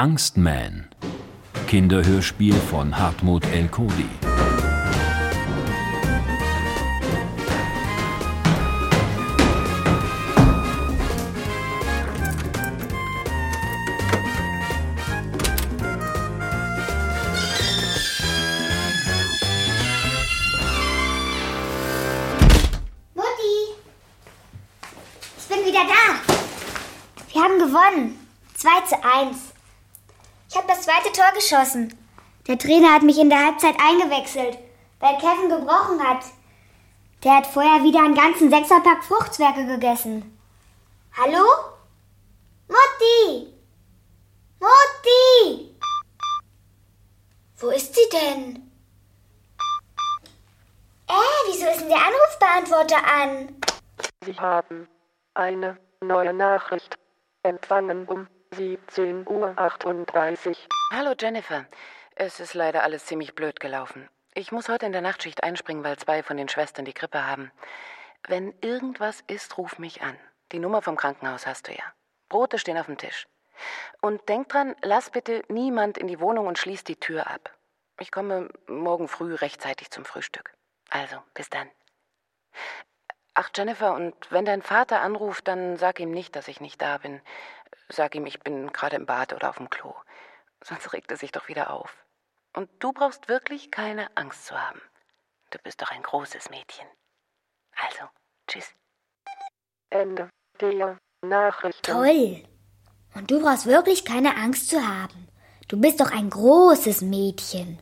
Angstman. Kinderhörspiel von Hartmut El-Kodi. Wir haben gewonnen. 2:1. Ich habe das zweite Tor geschossen. Der Trainer hat mich in der Halbzeit eingewechselt, weil Kevin gebrochen hat. Der hat vorher wieder einen ganzen 6er-Pack Fruchtzwerge gegessen. Hallo? Mutti! Mutti! Wo ist sie denn? Wieso ist denn der Anrufbeantworter an? Sie haben eine neue Nachricht empfangen um 17:38 Uhr. Hallo Jennifer. Es ist leider alles ziemlich blöd gelaufen. Ich muss heute in der Nachtschicht einspringen, weil 2 von den Schwestern die Grippe haben. Wenn irgendwas ist, ruf mich an. Die Nummer vom Krankenhaus hast du ja. Brote stehen auf dem Tisch. Und denk dran, lass bitte niemand in die Wohnung und schließ die Tür ab. Ich komme morgen früh rechtzeitig zum Frühstück. Also, bis dann. Ach, Jennifer, und wenn dein Vater anruft, dann sag ihm nicht, dass ich nicht da bin. Sag ihm, ich bin gerade im Bad oder auf dem Klo. Sonst regt er sich doch wieder auf. Und du brauchst wirklich keine Angst zu haben. Du bist doch ein großes Mädchen. Also, tschüss. Ende der Nachricht. Toll. Und du brauchst wirklich keine Angst zu haben. Du bist doch ein großes Mädchen.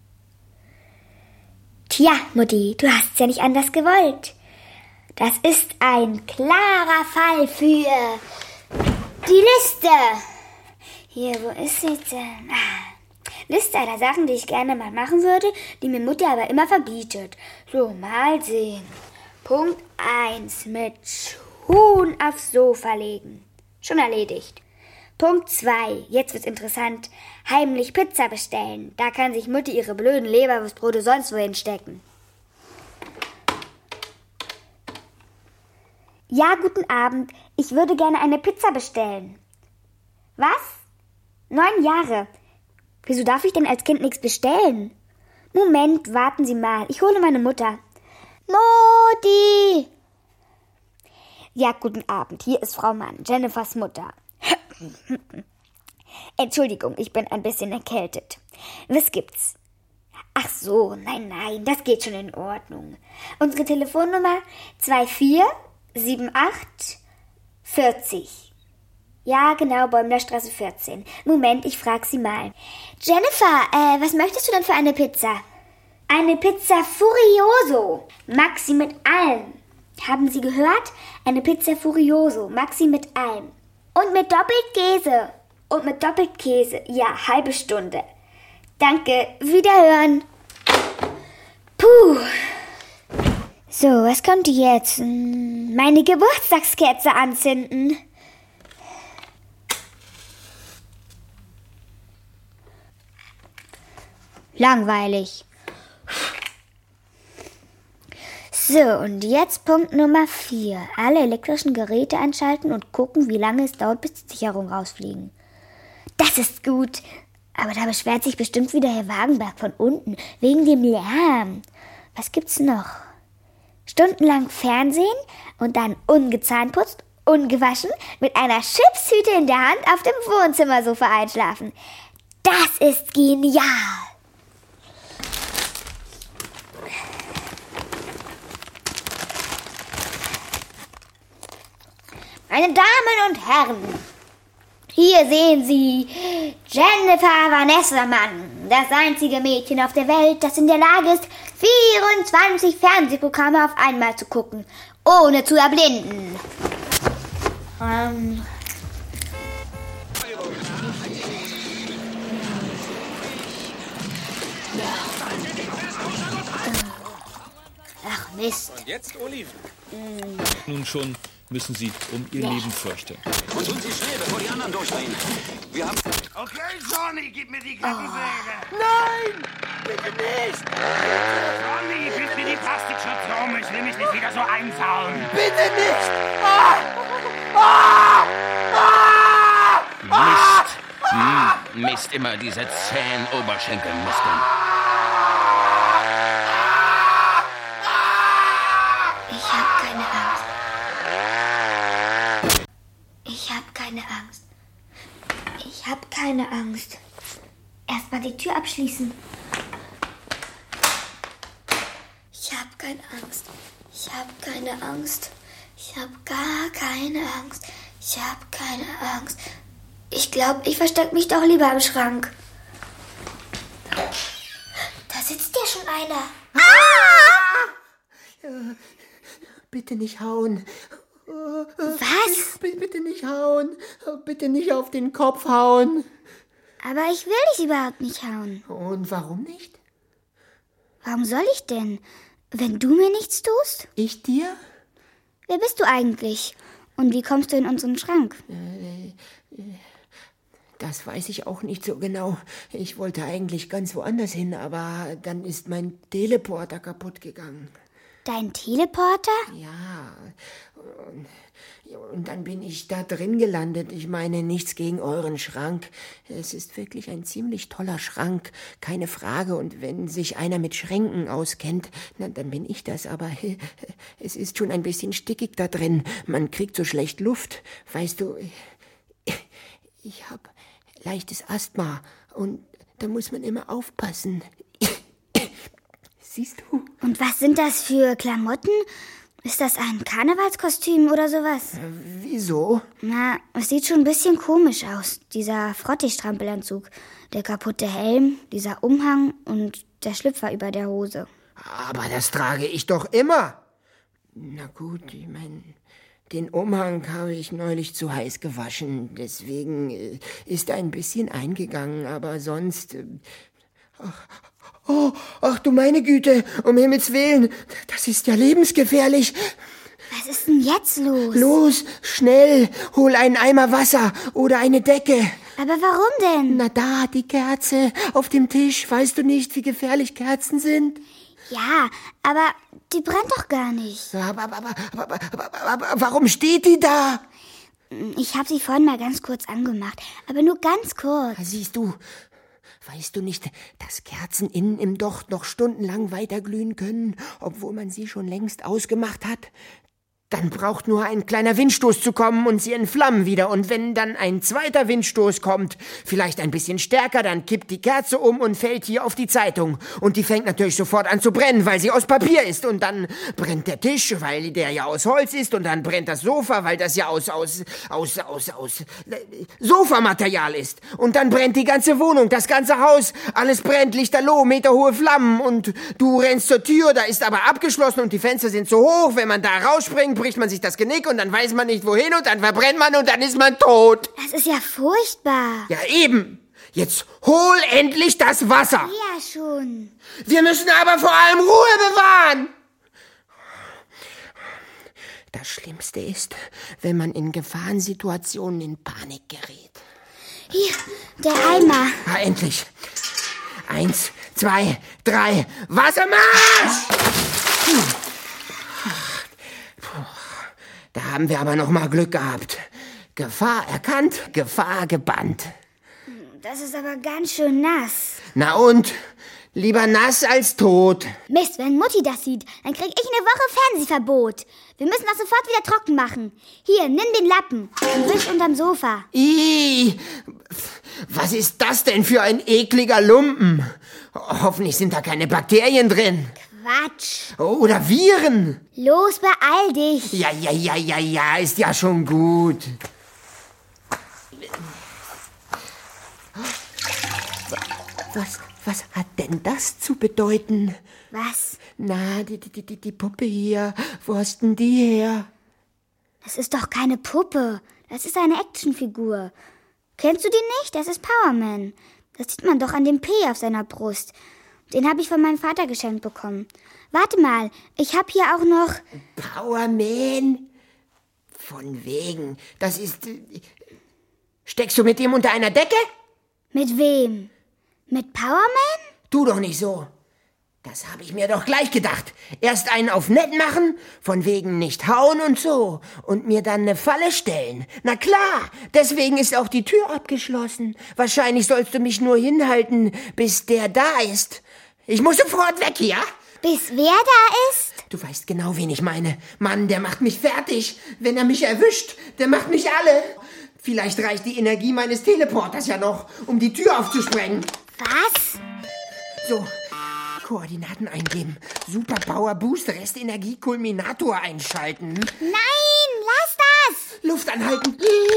Tja, Mutti, du hast es ja nicht anders gewollt. Das ist ein klarer Fall für die Liste. Hier, wo ist sie denn? Liste aller Sachen, die ich gerne mal machen würde, die mir Mutti aber immer verbietet. So, mal sehen. Punkt 1. Mit Schuhen aufs Sofa legen. Schon erledigt. Punkt 2. Jetzt wird's interessant. Heimlich Pizza bestellen. Da kann sich Mutti ihre blöden Leberwurstbrote sonst wohin stecken. Ja, guten Abend. Ich würde gerne eine Pizza bestellen. Was? 9 Jahre. Wieso darf ich denn als Kind nichts bestellen? Moment, warten Sie mal. Ich hole meine Mutter. Mutti! Ja, guten Abend. Hier ist Frau Mann, Jennifers Mutter. Entschuldigung, ich bin ein bisschen erkältet. Was gibt's? Ach so, nein, das geht schon in Ordnung. Unsere Telefonnummer 247840. Ja, genau, Bäumlerstraße 14. Moment, ich frag Sie mal. Jennifer, was möchtest du denn für eine Pizza? Eine Pizza Furioso. Maxi mit allem. Haben Sie gehört? Eine Pizza Furioso. Maxi mit allem. Und mit Doppelkäse. Und mit Doppelkäse. Ja, halbe Stunde. Danke, wiederhören. Puh. So, was kommt jetzt? Meine Geburtstagskerze anzünden. Langweilig. So, und jetzt Punkt Nummer 4. Alle elektrischen Geräte einschalten und gucken, wie lange es dauert, bis die Sicherungen rausfliegen. Das ist gut. Aber da beschwert sich bestimmt wieder Herr Wagenberg von unten, wegen dem Lärm. Was gibt's noch? Stundenlang Fernsehen und dann ungezahnputzt, ungewaschen, mit einer Chipstüte in der Hand auf dem Wohnzimmersofa einschlafen. Das ist genial. Meine Damen und Herren, hier sehen Sie Jennifer Vanessa Mann, das einzige Mädchen auf der Welt, das in der Lage ist, 24 Fernsehprogramme auf einmal zu gucken, ohne zu erblinden. Ach Mist. Und jetzt Oliven. Nun schon müssen Sie um Ihr Leben fürchten. Und tun Sie schnell, bevor die anderen durchdrehen. Wir haben... Okay, Johnny, gib mir die Kettensäge. Nein! Bitte nicht! Johnny, gib mir die Plastikschürze um. Ich will mich nicht wieder so einsauen. Bitte nicht! Ah! Ah! Ah! Mist. Mist, immer diese zähen Oberschenkelmuskeln. Ich habe keine Angst. Ich habe keine Angst. Ich habe keine Angst. Erst mal die Tür abschließen. Ich habe keine Angst. Ich habe keine Angst. Ich habe gar keine Angst. Ich habe keine Angst. Ich glaube, ich verstecke mich doch lieber im Schrank. Da sitzt ja schon einer. Bitte nicht hauen. Was? Bitte nicht hauen. Bitte nicht auf den Kopf hauen. Aber ich will dich überhaupt nicht hauen. Und warum nicht? Warum soll ich denn? Wenn du mir nichts tust? Ich dir? Wer bist du eigentlich? Und wie kommst du in unseren Schrank? Das weiß ich auch nicht so genau. Ich wollte eigentlich ganz woanders hin, aber dann ist mein Teleporter kaputt gegangen. Dein Teleporter? Ja, und dann bin ich da drin gelandet. Ich meine, nichts gegen euren Schrank. Es ist wirklich ein ziemlich toller Schrank, keine Frage. Und wenn sich einer mit Schränken auskennt, dann bin ich das. Aber es ist schon ein bisschen stickig da drin. Man kriegt so schlecht Luft. Weißt du, ich habe leichtes Asthma und da muss man immer aufpassen. Siehst du? Und was sind das für Klamotten? Ist das ein Karnevalskostüm oder sowas? Wieso? Na, es sieht schon ein bisschen komisch aus. Dieser Frottee-Strampelanzug, der kaputte Helm, dieser Umhang und der Schlüpfer über der Hose. Aber das trage ich doch immer. Na gut, ich meine, den Umhang habe ich neulich zu heiß gewaschen. Deswegen ist er ein bisschen eingegangen, aber sonst... Ach du meine Güte, um Himmels Willen, das ist ja lebensgefährlich. Was ist denn jetzt los? Los, schnell, hol einen Eimer Wasser oder eine Decke. Aber warum denn? Na da, die Kerze auf dem Tisch. Weißt du nicht, wie gefährlich Kerzen sind? Ja, aber die brennt doch gar nicht. Aber warum steht die da? Ich habe sie vorhin mal ganz kurz angemacht, aber nur ganz kurz. Siehst du, weißt du nicht, dass Kerzen innen im Docht noch stundenlang weiterglühen können, obwohl man sie schon längst ausgemacht hat? Dann braucht nur ein kleiner Windstoß zu kommen und sie entflammen wieder. Und wenn dann ein zweiter Windstoß kommt, vielleicht ein bisschen stärker, dann kippt die Kerze um und fällt hier auf die Zeitung. Und die fängt natürlich sofort an zu brennen, weil sie aus Papier ist. Und dann brennt der Tisch, weil der ja aus Holz ist. Und dann brennt das Sofa, weil das ja aus Sofamaterial ist. Und dann brennt die ganze Wohnung, das ganze Haus. Alles brennt, lichterloh, meterhohe Flammen. Und du rennst zur Tür, da ist aber abgeschlossen und die Fenster sind so hoch. Wenn man da rausspringt, bricht man sich das Genick und dann weiß man nicht wohin und dann verbrennt man und dann ist man tot. Das ist ja furchtbar. Ja, eben. Jetzt hol endlich das Wasser. Ja, schon. Wir müssen aber vor allem Ruhe bewahren. Das Schlimmste ist, wenn man in Gefahrensituationen in Panik gerät. Hier, der Eimer. Ah, endlich. 1, 2, 3, Wassermarsch! Da haben wir aber noch mal Glück gehabt. Gefahr erkannt, Gefahr gebannt. Das ist aber ganz schön nass. Na und? Lieber nass als tot. Mist, wenn Mutti das sieht, dann krieg ich eine Woche Fernsehverbot. Wir müssen das sofort wieder trocken machen. Hier, nimm den Lappen und wisch unterm Sofa. Ih, was ist das denn für ein ekliger Lumpen? Hoffentlich sind da keine Bakterien drin. Quatsch. Oder Viren. Los, beeil dich. Ja, ist ja schon gut. Was hat denn das zu bedeuten? Was? Na, die Puppe hier. Wo hast denn die her? Das ist doch keine Puppe. Das ist eine Actionfigur. Kennst du die nicht? Das ist Powerman. Das sieht man doch an dem P auf seiner Brust. Den habe ich von meinem Vater geschenkt bekommen. Warte mal, ich habe hier auch noch... Powerman? Von wegen. Das ist... Steckst du mit ihm unter einer Decke? Mit wem? Mit Powerman? Tu doch nicht so. Das habe ich mir doch gleich gedacht. Erst einen auf nett machen, von wegen nicht hauen und so. Und mir dann eine Falle stellen. Na klar, deswegen ist auch die Tür abgeschlossen. Wahrscheinlich sollst du mich nur hinhalten, bis der da ist. Ich muss sofort weg, ja? Bis wer da ist? Du weißt genau, wen ich meine. Mann, der macht mich fertig. Wenn er mich erwischt, der macht mich alle. Vielleicht reicht die Energie meines Teleporters ja noch, um die Tür aufzusprengen. Was? So, Koordinaten eingeben. Superpower Boost, Restenergie, Kulminator einschalten. Nein, lass das! Luft anhalten.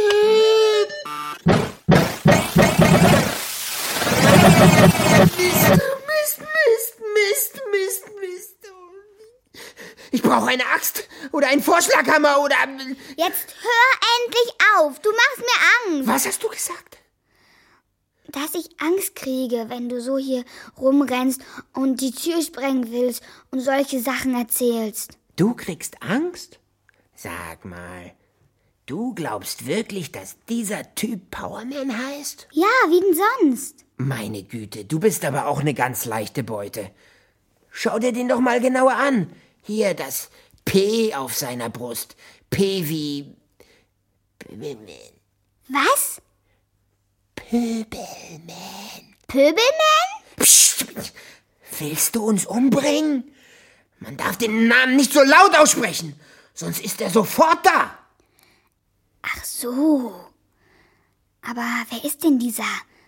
Mist. Ich brauche eine Axt oder einen Vorschlaghammer oder... Jetzt hör endlich auf, du machst mir Angst. Was hast du gesagt? Dass ich Angst kriege, wenn du so hier rumrennst und die Tür sprengen willst und solche Sachen erzählst. Du kriegst Angst? Sag mal, du glaubst wirklich, dass dieser Typ Powerman heißt? Ja, wie denn sonst? Meine Güte, du bist aber auch eine ganz leichte Beute. Schau dir den doch mal genauer an. Hier, das P auf seiner Brust. P wie... Was? Pöbelman. Pöbelman? Psst, willst du uns umbringen? Man darf den Namen nicht so laut aussprechen, sonst ist er sofort da. Ach so. Aber wer ist denn dieser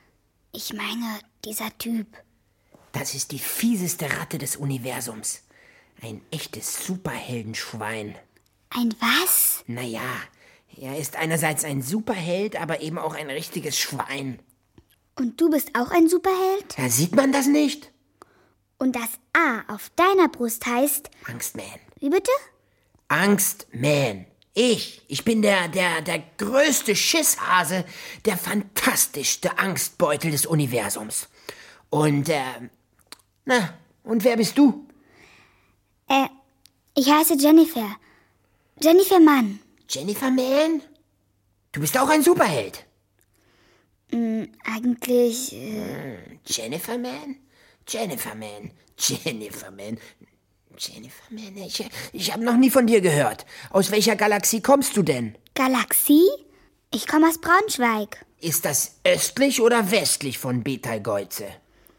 Typ? Das ist die fieseste Ratte des Universums. Ein echtes Superheldenschwein. Ein was? Naja, er ist einerseits ein Superheld, aber eben auch ein richtiges Schwein. Und du bist auch ein Superheld? Da sieht man das nicht. Und das A auf deiner Brust heißt... Angstman. Wie bitte? Angstman. Ich bin der größte Schisshase, der fantastischste Angstbeutel des Universums. Und, und wer bist du? Ich heiße Jennifer. Jennifer Mann. Jennifer Man? Du bist auch ein Superheld. Eigentlich, Jennifer Man? Jennifer Man. Ich habe noch nie von dir gehört. Aus welcher Galaxie kommst du denn? Galaxie? Ich komme aus Braunschweig. Ist das östlich oder westlich von Betelgeuse?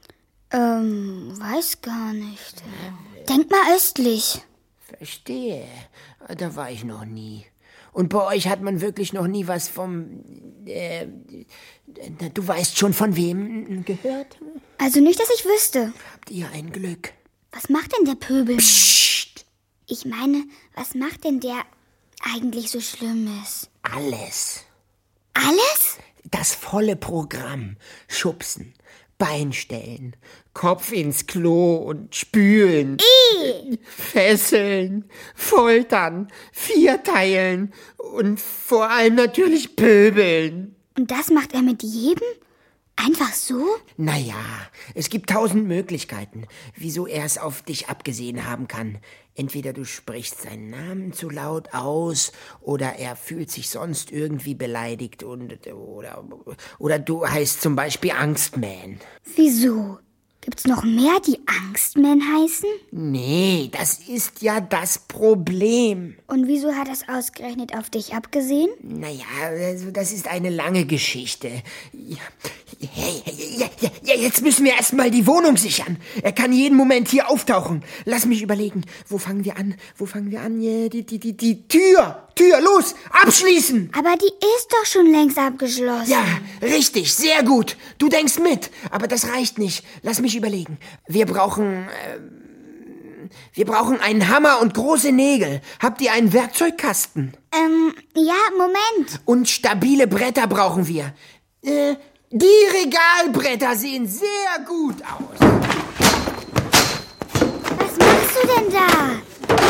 Weiß gar nicht. Denk mal östlich. Verstehe. Da war ich noch nie. Und bei euch hat man wirklich noch nie was vom... du weißt schon von wem gehört? Also nicht, dass ich wüsste. Habt ihr ein Glück? Was macht denn der Pöbel? Psst! Ich meine, was macht denn der eigentlich so Schlimmes? Alles. Alles? Das volle Programm. Schubsen, Beinstellen, Kopf ins Klo und spülen. Fesseln, foltern, vierteilen und vor allem natürlich pöbeln. Und das macht er mit jedem? Einfach so? Naja, es gibt 1000 Möglichkeiten, wieso er es auf dich abgesehen haben kann. Entweder du sprichst seinen Namen zu laut aus, oder er fühlt sich sonst irgendwie beleidigt oder du heißt zum Beispiel Angstman. Wieso? Gibt's noch mehr, die Angstman heißen? Nee, das ist ja das Problem. Und wieso hat das ausgerechnet auf dich abgesehen? Naja, also das ist eine lange Geschichte. Hey, jetzt müssen wir erstmal die Wohnung sichern. Er kann jeden Moment hier auftauchen. Lass mich überlegen. Wo fangen wir an? Die Tür! Los! Abschließen! Aber die ist doch schon längst abgeschlossen. Ja, richtig, sehr gut. Du denkst mit, aber das reicht nicht. Lass mich überlegen. Wir brauchen einen Hammer und große Nägel. Habt ihr einen Werkzeugkasten? Ja, Moment. Und stabile Bretter brauchen wir. Die Regalbretter sehen sehr gut aus. Was machst du denn da?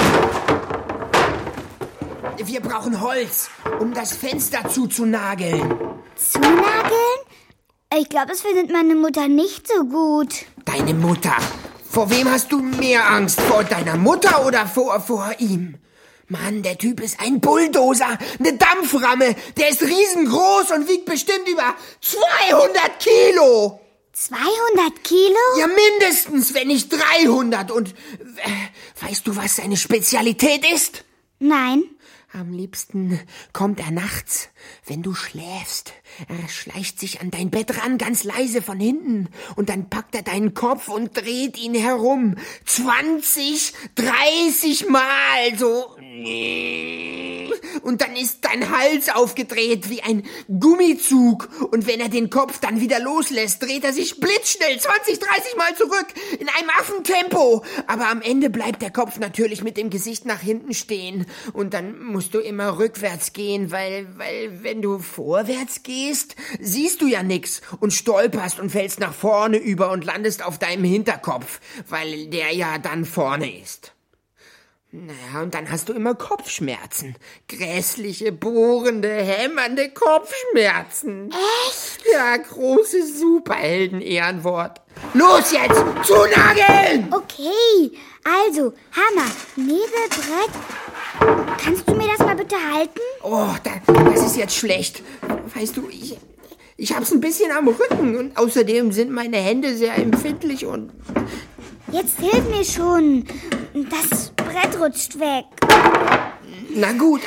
Wir brauchen Holz, um das Fenster zuzunageln. Zunageln? Ich glaube, das findet meine Mutter nicht so gut. Deine Mutter? Vor wem hast du mehr Angst? Vor deiner Mutter oder vor ihm? Mann, der Typ ist ein Bulldozer, eine Dampframme. Der ist riesengroß und wiegt bestimmt über 200 Kilo. 200 Kilo? Ja, mindestens, wenn nicht 300. Und weißt du, was seine Spezialität ist? Nein. Am liebsten kommt er nachts, wenn du schläfst. Er schleicht sich an dein Bett ran, ganz leise von hinten. Und dann packt er deinen Kopf und dreht ihn herum. 20, 30 Mal, so. Und dann ist dein Hals aufgedreht wie ein Gummizug. Und wenn er den Kopf dann wieder loslässt, dreht er sich blitzschnell 20, 30 Mal zurück. In einem Affentempo. Aber am Ende bleibt der Kopf natürlich mit dem Gesicht nach hinten stehen. Und dann musst du immer rückwärts gehen, weil wenn du vorwärts gehst, siehst du ja nix und stolperst und fällst nach vorne über und landest auf deinem Hinterkopf, weil der ja dann vorne ist. Naja, und dann hast du immer Kopfschmerzen. Grässliche, bohrende, hämmernde Kopfschmerzen. Echt? Ja, großes Superhelden-Ehrenwort. Los jetzt, zunageln! Okay, also, Hammer, Nebel, Brett. Kannst du mir das mal bitte halten? Oh, das ist jetzt schlecht. Weißt du, ich hab's ein bisschen am Rücken und außerdem sind meine Hände sehr empfindlich und... Jetzt hilf mir schon. Das Brett rutscht weg. Na gut,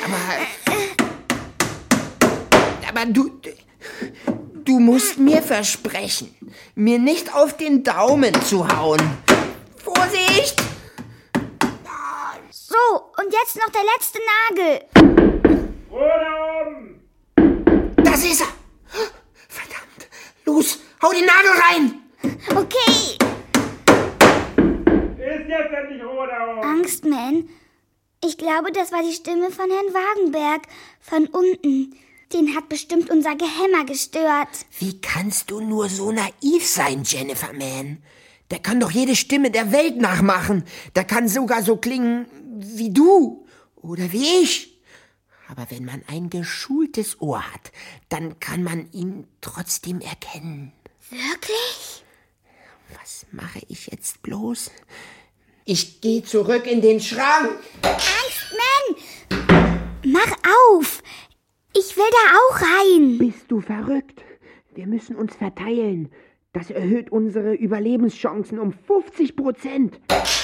aber du musst mir versprechen, mir nicht auf den Daumen zu hauen. Vorsicht! So, und jetzt noch der letzte Nagel. Das ist er! Verdammt! Los, hau den Nagel rein! Okay. Ist jetzt endlich Ruhe da oben. Angstman, ich glaube, das war die Stimme von Herrn Wagenberg. Von unten. Den hat bestimmt unser Gehämmer gestört. Wie kannst du nur so naiv sein, Jennifer Mann? Der kann doch jede Stimme der Welt nachmachen. Der kann sogar so klingen wie du oder wie ich. Aber wenn man ein geschultes Ohr hat, dann kann man ihn trotzdem erkennen. Wirklich? Was mache ich jetzt bloß? Ich gehe zurück in den Schrank. Angstman! Mach auf! Ich will da auch rein. Bist du verrückt? Wir müssen uns verteilen. Das erhöht unsere Überlebenschancen um 50%.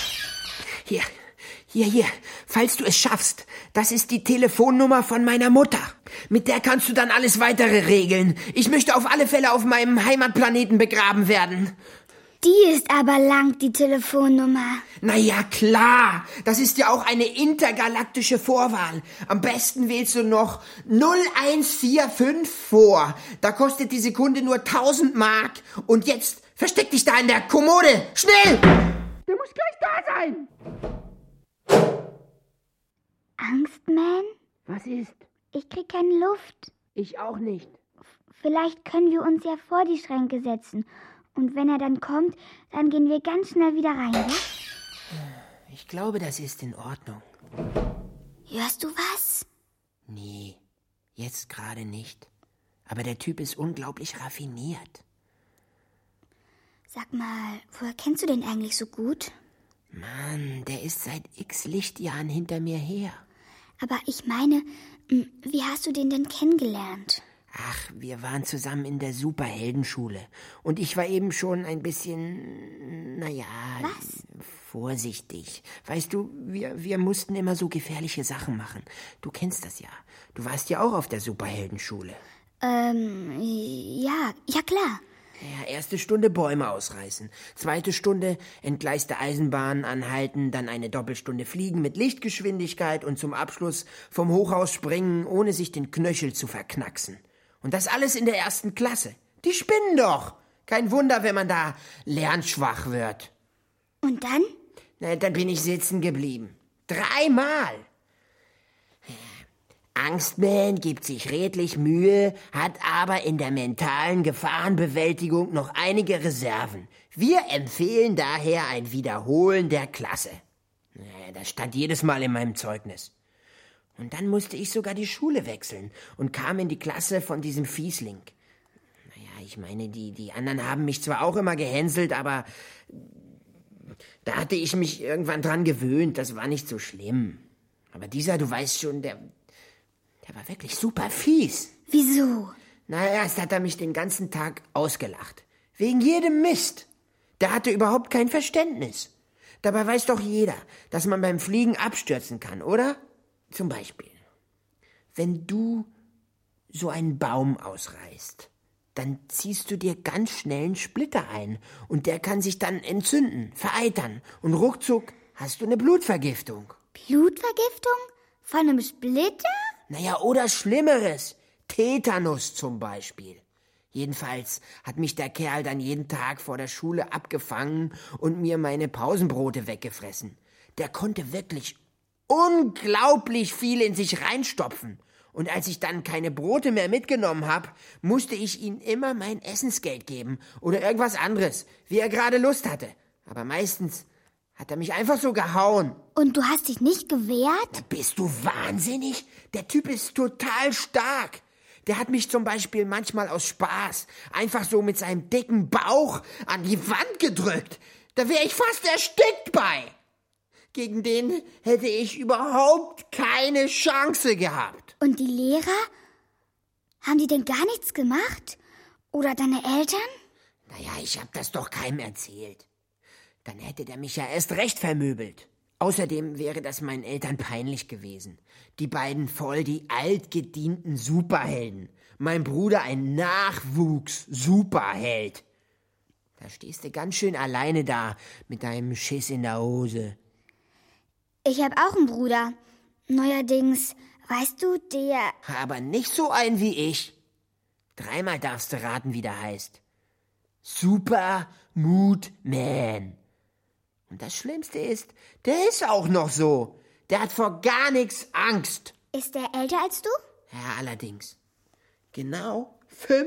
Hier, falls du es schaffst. Das ist die Telefonnummer von meiner Mutter. Mit der kannst du dann alles Weitere regeln. Ich möchte auf alle Fälle auf meinem Heimatplaneten begraben werden. Die ist aber lang, die Telefonnummer. Na ja, klar. Das ist ja auch eine intergalaktische Vorwahl. Am besten wählst du noch 0145 vor. Da kostet die Sekunde nur 1000 Mark. Und jetzt versteck dich da in der Kommode. Schnell! Der muss gleich da sein. Angstman? Was ist? Ich krieg keine Luft. Ich auch nicht. Vielleicht können wir uns ja vor die Schränke setzen. Und wenn er dann kommt, dann gehen wir ganz schnell wieder rein, ja? Ich glaube, das ist in Ordnung. Hörst du was? Nee, jetzt gerade nicht. Aber der Typ ist unglaublich raffiniert. Sag mal, woher kennst du den eigentlich so gut? Mann, der ist seit x Lichtjahren hinter mir her. Aber ich meine, wie hast du den denn kennengelernt? Ach, wir waren zusammen in der Superheldenschule. Und ich war eben schon ein bisschen, Was? Vorsichtig. Weißt du, wir mussten immer so gefährliche Sachen machen. Du kennst das ja. Du warst ja auch auf der Superheldenschule. Ja, klar. Ja, erste Stunde Bäume ausreißen. Zweite Stunde entgleiste Eisenbahnen anhalten, dann eine Doppelstunde fliegen mit Lichtgeschwindigkeit und zum Abschluss vom Hochhaus springen, ohne sich den Knöchel zu verknacksen. Und das alles in der 1. Klasse. Die spinnen doch. Kein Wunder, wenn man da lernschwach wird. Und dann? Na, dann bin ich sitzen geblieben. 3 Mal. Angstman gibt sich redlich Mühe, hat aber in der mentalen Gefahrenbewältigung noch einige Reserven. Wir empfehlen daher ein Wiederholen der Klasse. Das stand jedes Mal in meinem Zeugnis. Und dann musste ich sogar die Schule wechseln und kam in die Klasse von diesem Fiesling. Naja, ich meine, die anderen haben mich zwar auch immer gehänselt, aber da hatte ich mich irgendwann dran gewöhnt, das war nicht so schlimm. Aber dieser, du weißt schon, der war wirklich super fies. Wieso? Na, erst hat er mich den ganzen Tag ausgelacht. Wegen jedem Mist. Der hatte überhaupt kein Verständnis. Dabei weiß doch jeder, dass man beim Fliegen abstürzen kann, oder? Zum Beispiel, wenn du so einen Baum ausreißt, dann ziehst du dir ganz schnell einen Splitter ein und der kann sich dann entzünden, vereitern und ruckzuck hast du eine Blutvergiftung. Blutvergiftung? Von einem Splitter? Naja, oder Schlimmeres. Tetanus zum Beispiel. Jedenfalls hat mich der Kerl dann jeden Tag vor der Schule abgefangen und mir meine Pausenbrote weggefressen. Der konnte wirklich unglaublich viel in sich reinstopfen. Und als ich dann keine Brote mehr mitgenommen habe, musste ich ihm immer mein Essensgeld geben oder irgendwas anderes, wie er gerade Lust hatte. Aber meistens hat er mich einfach so gehauen. Und du hast dich nicht gewehrt? Na, bist du wahnsinnig? Der Typ ist total stark. Der hat mich zum Beispiel manchmal aus Spaß einfach so mit seinem dicken Bauch an die Wand gedrückt. Da wäre ich fast erstickt bei. Gegen den hätte ich überhaupt keine Chance gehabt. Und die Lehrer? Haben die denn gar nichts gemacht? Oder deine Eltern? Naja, ich hab das doch keinem erzählt. Dann hätte der mich ja erst recht vermöbelt. Außerdem wäre das meinen Eltern peinlich gewesen. Die beiden voll die altgedienten Superhelden. Mein Bruder ein Nachwuchs-Superheld. Da stehst du ganz schön alleine da mit deinem Schiss in der Hose. Ich hab auch einen Bruder. Neuerdings, weißt du, der... Aber nicht so einen wie ich. 3-mal darfst du raten, wie der heißt. Super Mood Man. Und das Schlimmste ist, der ist auch noch so. Der hat vor gar nichts Angst. Ist der älter als du? Ja, allerdings. Genau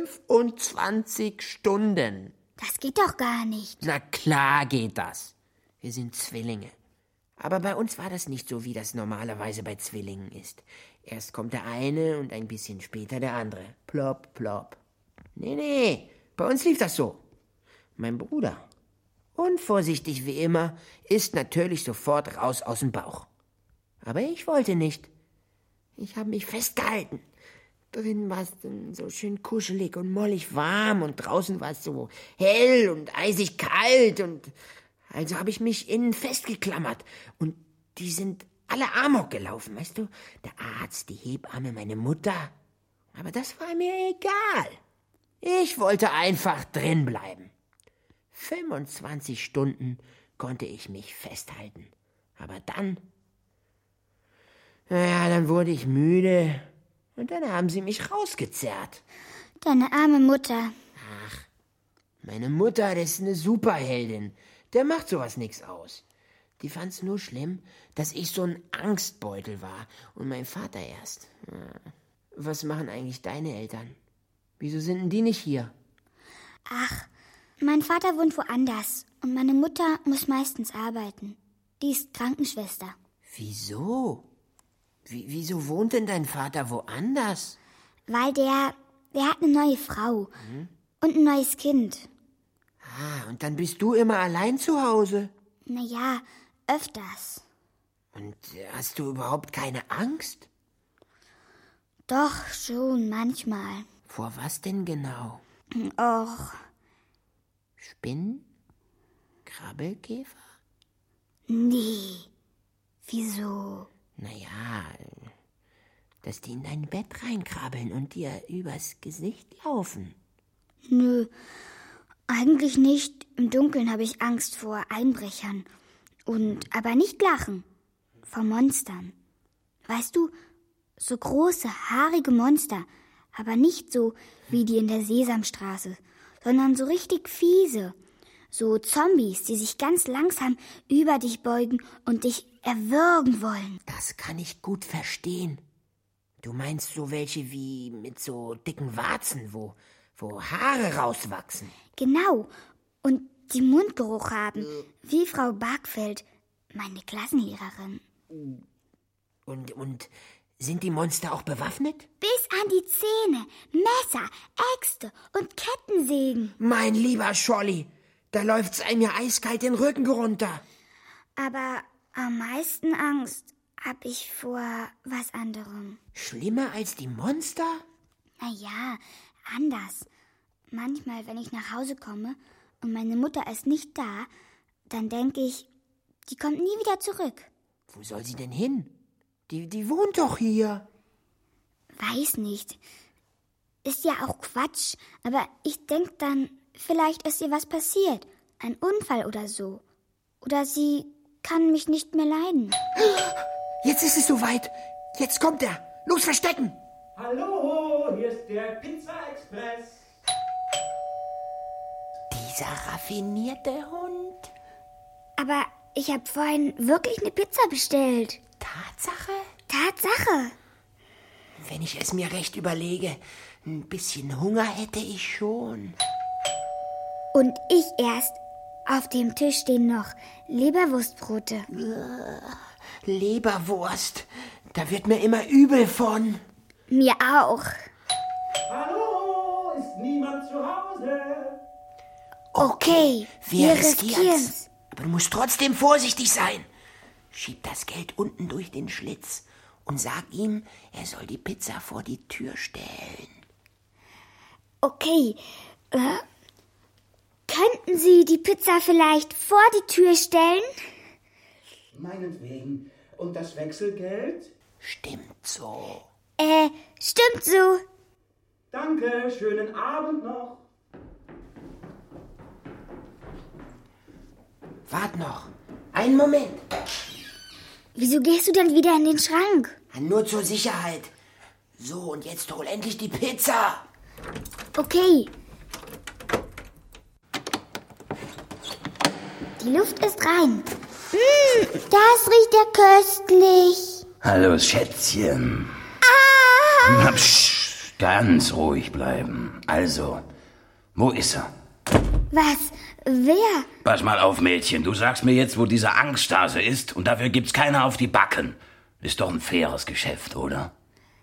25 Stunden. Das geht doch gar nicht. Na klar geht das. Wir sind Zwillinge. Aber bei uns war das nicht so, wie das normalerweise bei Zwillingen ist. Erst kommt der eine und ein bisschen später der andere. Plopp, plopp. Nee, bei uns lief das so. Mein Bruder, unvorsichtig wie immer, ist natürlich sofort raus aus dem Bauch. Aber ich wollte nicht. Ich habe mich festgehalten. Drin war es so schön kuschelig und mollig warm und draußen war es so hell und eisig kalt und also habe ich mich innen festgeklammert und die sind alle Amok gelaufen, weißt du? Der Arzt, die Hebamme, meine Mutter. Aber das war mir egal. Ich wollte einfach drin bleiben. 25 Stunden konnte ich mich festhalten. Aber dann wurde ich müde und dann haben sie mich rausgezerrt. Deine arme Mutter. Ach, meine Mutter, das ist eine Superheldin. Der macht sowas nix aus. Die fand's nur schlimm, dass ich so ein Angstbeutel war und mein Vater erst. Was machen eigentlich deine Eltern? Wieso sind denn die nicht hier? Ach, mein Vater wohnt woanders und meine Mutter muss meistens arbeiten. Die ist Krankenschwester. Wieso? Wieso wohnt denn dein Vater woanders? Weil der hat eine neue Frau und ein neues Kind. Ah, und dann bist du immer allein zu Hause? Naja, öfters. Und hast du überhaupt keine Angst? Doch, schon, manchmal. Vor was denn genau? Och. Spinnen? Krabbelkäfer? Nee. Wieso? Naja, dass die in dein Bett reinkrabbeln und dir übers Gesicht laufen. Nö, eigentlich nicht. Im Dunkeln habe ich Angst vor Einbrechern. Aber nicht Lachen. Vor Monstern. Weißt du, so große, haarige Monster, aber nicht so wie die in der Sesamstraße, sondern so richtig fiese. So Zombies, die sich ganz langsam über dich beugen und dich erwürgen wollen. Das kann ich gut verstehen. Du meinst so welche wie mit so dicken Warzen, wo Haare rauswachsen. Genau. Und die Mundgeruch haben, wie Frau Bargfeld, meine Klassenlehrerin. Und sind die Monster auch bewaffnet? Bis an die Zähne, Messer, Äxte und Kettensägen. Mein lieber Scholli, da läuft's einem ja eiskalt den Rücken runter. Aber am meisten Angst hab ich vor was anderem. Schlimmer als die Monster? Naja, anders. Manchmal, wenn ich nach Hause komme und meine Mutter ist nicht da, dann denke ich, die kommt nie wieder zurück. Wo soll sie denn hin? Die wohnt doch hier. Weiß nicht. Ist ja auch Quatsch, aber ich denke dann, vielleicht ist ihr was passiert. Ein Unfall oder so. Oder sie kann mich nicht mehr leiden. Jetzt ist es soweit. Jetzt kommt er. Los, verstecken. Hallo, hier ist der Pizza Express. Dieser raffinierte Hund. Aber ich habe vorhin wirklich eine Pizza bestellt. Tatsache? Tatsache. Wenn ich es mir recht überlege, ein bisschen Hunger hätte ich schon. Und ich erst. Auf dem Tisch stehen noch Leberwurstbrote. Leberwurst. Da wird mir immer übel von. Mir auch. Hallo, ist niemand zu Hause? Okay, wir riskieren's. Aber du musst trotzdem vorsichtig sein. Schieb das Geld unten durch den Schlitz und sag ihm, er soll die Pizza vor die Tür stellen. Okay, könnten Sie die Pizza vielleicht vor die Tür stellen? Meinetwegen. Und das Wechselgeld? Stimmt so. Stimmt so. Danke, schönen Abend noch. Wart noch. Einen Moment. Wieso gehst du denn wieder in den Schrank? Nur zur Sicherheit. So, und jetzt hol endlich die Pizza. Okay. Die Luft ist rein. Das riecht ja köstlich. Hallo, Schätzchen. Na, psch, ganz ruhig bleiben. Also, wo ist er? Was? Wer? Pass mal auf, Mädchen. Du sagst mir jetzt, wo diese Angsthase ist und dafür gibt's keiner auf die Backen. Ist doch ein faires Geschäft, oder?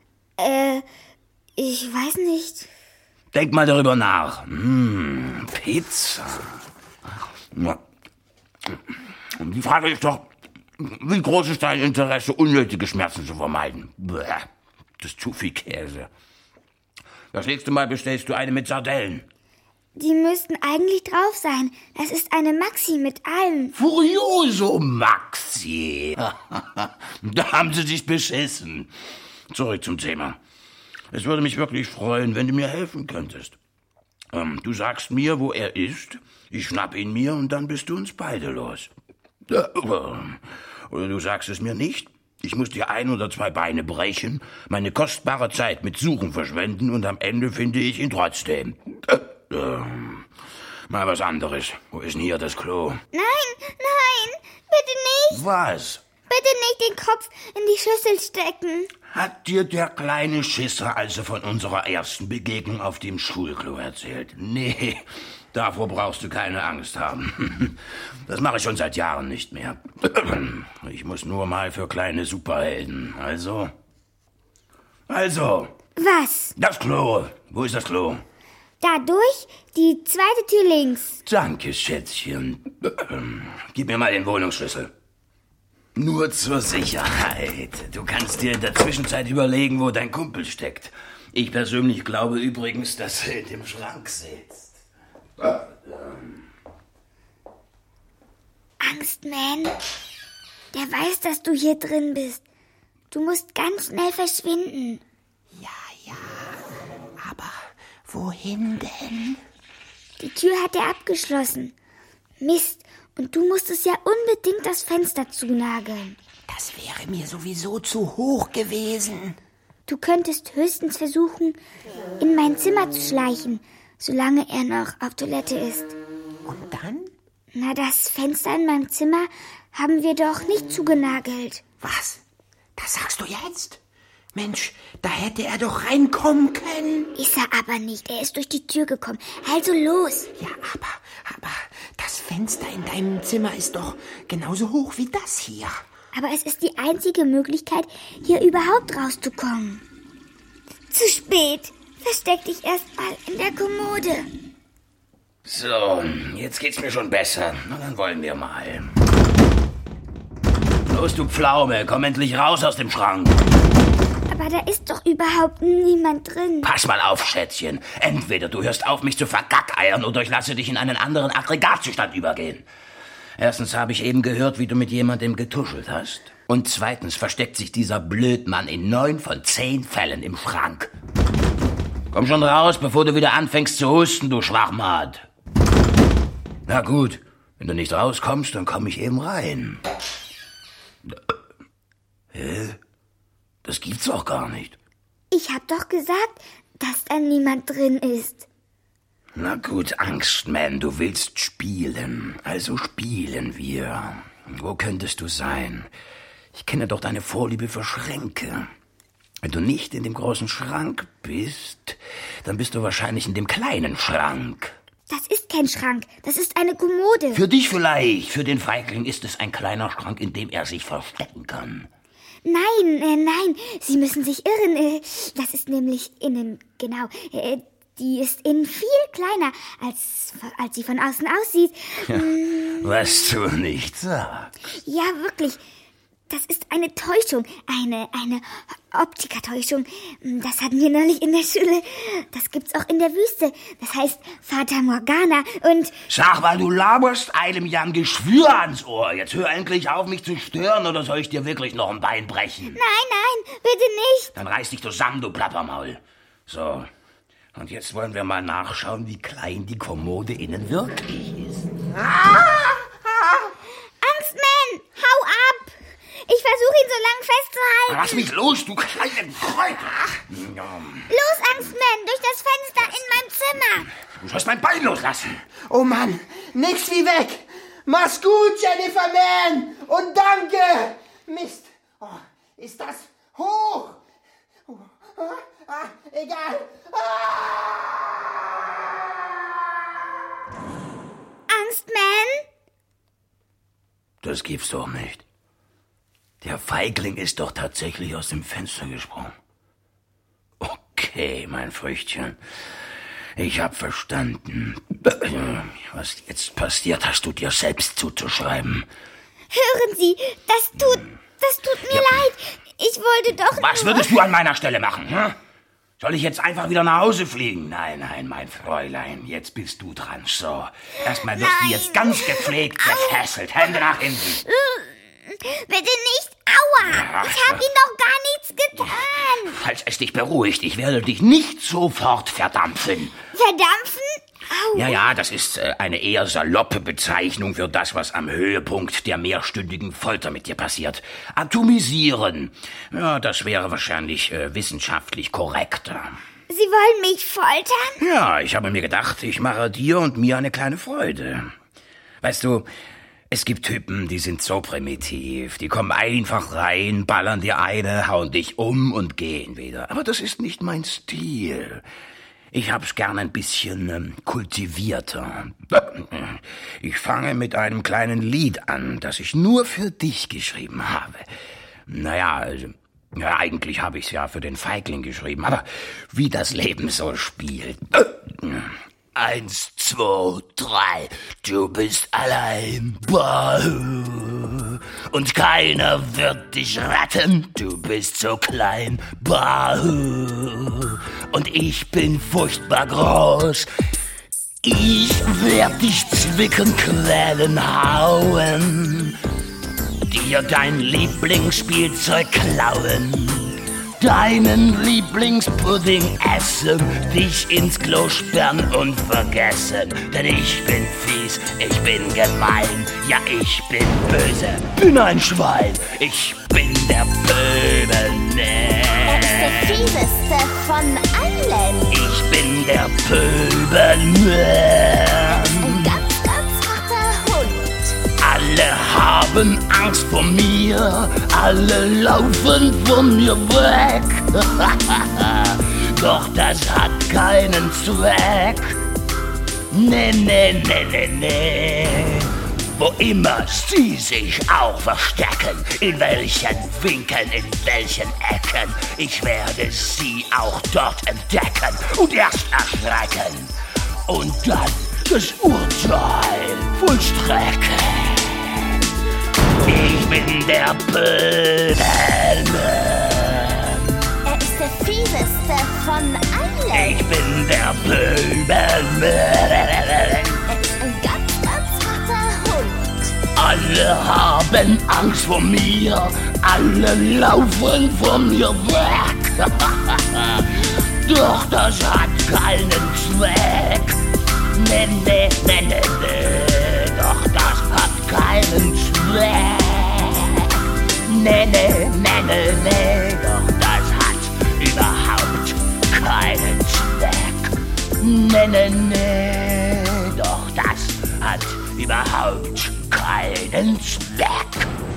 Ich weiß nicht. Denk mal darüber nach. Pizza. Ja. Die Frage ist doch, wie groß ist dein Interesse, unnötige Schmerzen zu vermeiden? Bäh, das ist zu viel Käse. Das nächste Mal bestellst du eine mit Sardellen. Die müssten eigentlich drauf sein. Es ist eine Maxi mit allem. Furioso Maxi. Da haben sie sich beschissen. Zurück zum Thema. Es würde mich wirklich freuen, wenn du mir helfen könntest. Du sagst mir, wo er ist, ich schnapp ihn mir und dann bist du uns beide los. Oder du sagst es mir nicht, ich muss dir 1 oder 2 Beine brechen, meine kostbare Zeit mit Suchen verschwenden und am Ende finde ich ihn trotzdem. Mal was anderes. Wo ist denn hier das Klo? Nein, bitte nicht. Was? Bitte nicht den Kopf in die Schüssel stecken. Hat dir der kleine Schisser also von unserer ersten Begegnung auf dem Schulklo erzählt? Nee, davor brauchst du keine Angst haben. Das mache ich schon seit Jahren nicht mehr. Ich muss nur mal für kleine Superhelden. Also? Was? Das Klo. Wo ist das Klo? Dadurch die zweite Tür links. Danke, Schätzchen. Gib mir mal den Wohnungsschlüssel. Nur zur Sicherheit. Du kannst dir in der Zwischenzeit überlegen, wo dein Kumpel steckt. Ich persönlich glaube übrigens, dass er in dem Schrank sitzt. Angstman, der weiß, dass du hier drin bist. Du musst ganz schnell verschwinden. Ja, aber wohin denn? Die Tür hat er abgeschlossen. Mist, und du musstest ja unbedingt das Fenster zunageln. Das wäre mir sowieso zu hoch gewesen. Du könntest höchstens versuchen, in mein Zimmer zu schleichen, solange er noch auf Toilette ist. Und dann? Na, das Fenster in meinem Zimmer haben wir doch nicht zugenagelt. Was? Das sagst du jetzt? Mensch, da hätte er doch reinkommen können. Ist er aber nicht. Er ist durch die Tür gekommen. Also los. Ja, aber das Fenster in deinem Zimmer ist doch genauso hoch wie das hier. Aber es ist die einzige Möglichkeit, hier überhaupt rauszukommen. Zu spät. Versteck dich erst mal in der Kommode. So, jetzt geht's mir schon besser. Na, dann wollen wir mal. Los, du Pflaume, komm endlich raus aus dem Schrank. Aber da ist doch überhaupt niemand drin. Pass mal auf, Schätzchen. Entweder du hörst auf, mich zu vergackeiern, oder ich lasse dich in einen anderen Aggregatzustand übergehen. Erstens habe ich eben gehört, wie du mit jemandem getuschelt hast. Und zweitens versteckt sich dieser Blödmann in 9 von 10 Fällen im Schrank. Komm schon raus, bevor du wieder anfängst zu husten, du Schwachmat. Na gut, wenn du nicht rauskommst, dann komm ich eben rein. Hä? Das gibt's doch gar nicht. Ich hab doch gesagt, dass da niemand drin ist. Na gut, Angstman, du willst spielen. Also spielen wir. Wo könntest du sein? Ich kenne doch deine Vorliebe für Schränke. Wenn du nicht in dem großen Schrank bist, dann bist du wahrscheinlich in dem kleinen Schrank. Das ist kein Schrank, das ist eine Kommode. Für dich vielleicht, für den Feigling ist es ein kleiner Schrank, in dem er sich verstecken kann. Nein, Sie müssen sich irren. Das ist nämlich innen, genau. Die ist innen viel kleiner, als sie von außen aussieht. Ja, was du nicht sagst. Ja, wirklich. Das ist eine Täuschung, eine Optikertäuschung. Das hatten wir neulich in der Schule. Das gibt's auch in der Wüste. Das heißt Fata Morgana und... Sag mal, du laberst einem ja ein Geschwür ans Ohr. Jetzt hör endlich auf, mich zu stören, oder soll ich dir wirklich noch ein Bein brechen? Nein, bitte nicht. Dann reiß dich zusammen, du Plappermaul. So, und jetzt wollen wir mal nachschauen, wie klein die Kommode innen wirklich ist. Angstman, hau ab. Ich versuche ihn so lang festzuhalten. Lass mich los, du kleine Kräuter. Los, Angstman, durch das Fenster in mein Zimmer. Du sollst mein Bein loslassen. Oh Mann, nix wie weg. Mach's gut, Jennifer Man. Und danke. Mist. Oh, ist das hoch? Egal. Angstman? Das gibt's doch nicht. Der Feigling ist doch tatsächlich aus dem Fenster gesprungen. Okay, mein Früchtchen. Ich hab verstanden. Was jetzt passiert, hast du dir selbst zuzuschreiben. Hören Sie, das tut mir leid. Ich wollte doch Was würdest du an meiner Stelle machen, hm? Soll ich jetzt einfach wieder nach Hause fliegen? Nein, mein Fräulein, jetzt bist du dran. So, erstmal wirst du jetzt ganz gepflegt gefesselt. Hände nach hinten. Bitte nicht. Aua! Ich hab Ihnen doch gar nichts getan. Falls es dich beruhigt, ich werde dich nicht sofort verdampfen. Verdampfen? Au. Ja, das ist eine eher saloppe Bezeichnung für das, was am Höhepunkt der mehrstündigen Folter mit dir passiert. Atomisieren. Ja, das wäre wahrscheinlich wissenschaftlich korrekter. Sie wollen mich foltern? Ja, ich habe mir gedacht, ich mache dir und mir eine kleine Freude. Weißt du, es gibt Typen, die sind so primitiv. Die kommen einfach rein, ballern dir eine, hauen dich um und gehen wieder. Aber das ist nicht mein Stil. Ich hab's gern ein bisschen kultivierter. Ich fange mit einem kleinen Lied an, das ich nur für dich geschrieben habe. Naja, eigentlich habe ich's ja für den Feigling geschrieben, aber wie das Leben so spielt. 1, 2, 3, du bist allein, und keiner wird dich retten, du bist so klein, und ich bin furchtbar groß, ich werd dich zwicken, quälen, hauen, dir dein Lieblingsspielzeug klauen, deinen Lieblingspudding essen, dich ins Klo sperren und vergessen. Denn ich bin fies, ich bin gemein, ja ich bin böse, bin ein Schwein, ich bin der Pöbelmann. Er ist der fieseste von allen. Ich bin der Pöbelmann. Ein ganz, ganz harter Hund. Alle haben Angst vor mir, alle laufen von mir weg. Doch das hat keinen Zweck. Nee. Wo immer sie sich auch verstecken, in welchen Winkeln, in welchen Ecken, ich werde sie auch dort entdecken und erst erschrecken und dann das Urteil vollstrecken. Ich bin der Pöbelmann. Er fieseste von allen. Ich bin der Pöbelmörder. Er ist ein ganz, ganz harter Hund. Alle haben Angst vor mir, alle laufen von mir weg. Doch das hat keinen Zweck. Nee, doch das hat keinen Zweck. Nee, doch das hat überhaupt keinen Zweck. Nee, doch das hat überhaupt keinen Zweck.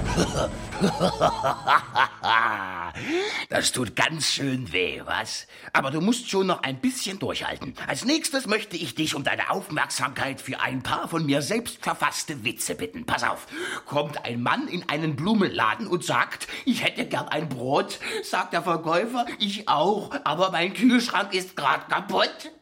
Das tut ganz schön weh, was? Aber du musst schon noch ein bisschen durchhalten. Als nächstes möchte ich dich um deine Aufmerksamkeit für ein paar von mir selbst verfasste Witze bitten. Pass auf. Kommt ein Mann in einen Blumenladen und sagt, ich hätte gern ein Brot. Sagt der Verkäufer, ich auch, aber mein Kühlschrank ist gerade kaputt.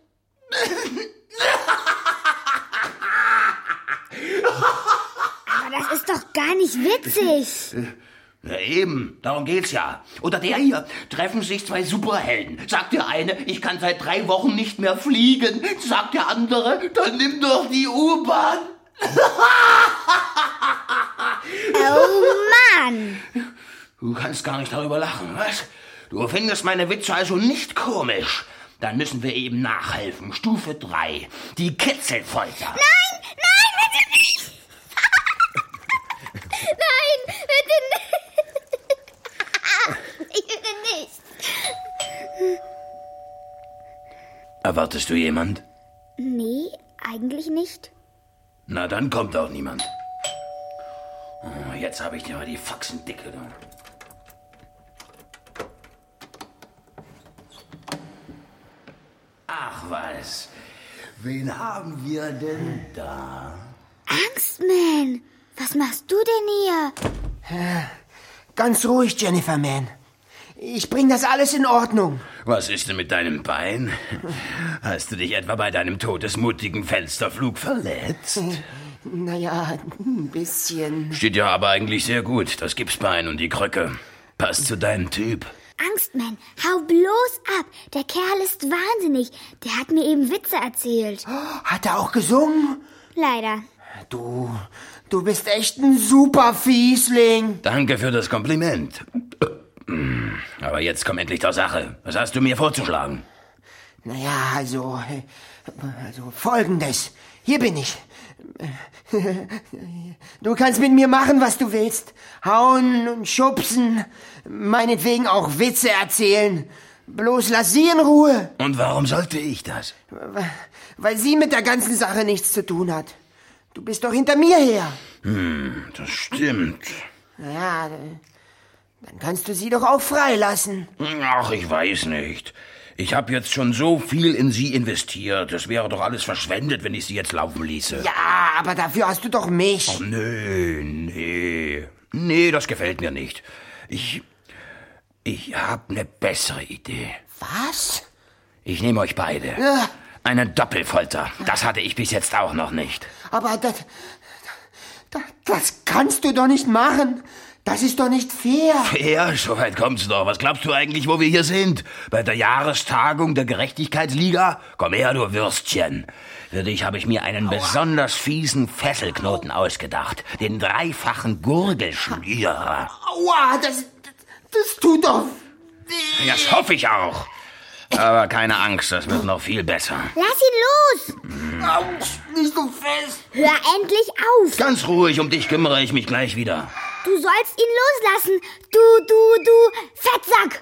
Aber das ist doch gar nicht witzig. Ja, eben, darum geht's ja. Oder der hier, treffen sich zwei Superhelden. Sagt der eine, ich kann seit 3 Wochen nicht mehr fliegen. Sagt der andere, dann nimm doch die U-Bahn. Oh Mann! Du kannst gar nicht darüber lachen, was? Du findest meine Witze also nicht komisch. Dann müssen wir eben nachhelfen. Stufe 3, die Kitzelfolter. Nein, bitte nicht! Nein, bitte nicht! Ich will nicht. Erwartest du jemand? Nee, eigentlich nicht. Na, dann kommt auch niemand. Oh, jetzt habe ich dir mal die Faxen dicke. Ach was, wen haben wir denn da? Angstman, was machst du denn hier? Ganz ruhig, Jennifer Man. Ich bring das alles in Ordnung. Was ist denn mit deinem Bein? Hast du dich etwa bei deinem todesmutigen Fensterflug verletzt? Naja, ein bisschen. Steht ja aber eigentlich sehr gut, das Gipsbein und die Krücke. Passt zu deinem Typ. Angstman, hau bloß ab. Der Kerl ist wahnsinnig. Der hat mir eben Witze erzählt. Hat er auch gesungen? Leider. Du bist echt ein super Fiesling. Danke für das Kompliment. Aber jetzt komm endlich zur Sache. Was hast du mir vorzuschlagen? Naja, also Folgendes. Hier bin ich. Du kannst mit mir machen, was du willst. Hauen und schubsen. Meinetwegen auch Witze erzählen. Bloß lass sie in Ruhe. Und warum sollte ich das? Weil sie mit der ganzen Sache nichts zu tun hat. Du bist doch hinter mir her. Das stimmt. Naja, dann kannst du sie doch auch freilassen. Ach, ich weiß nicht. Ich habe jetzt schon so viel in sie investiert. Es wäre doch alles verschwendet, wenn ich sie jetzt laufen ließe. Ja, aber dafür hast du doch mich. Oh, nee. Nee, das gefällt mir nicht. Ich habe eine bessere Idee. Was? Ich nehme euch beide. Ja. Einen Doppelfolter. Das hatte ich bis jetzt auch noch nicht. Aber das kannst du doch nicht machen. Das ist doch nicht fair. Fair? So weit kommt's doch. Was glaubst du eigentlich, wo wir hier sind? Bei der Jahrestagung der Gerechtigkeitsliga? Komm her, du Würstchen. Für dich habe ich mir einen besonders fiesen Fesselknoten ausgedacht. Den 3-fachen Gurgelschlierer. Aua, das tut doch weh. Das hoffe ich auch. Aber keine Angst, das wird noch viel besser. Lass ihn los! Autsch, nicht so fest. Hör endlich auf! Ganz ruhig, um dich kümmere ich mich gleich wieder. Du sollst ihn loslassen! Du Fettsack!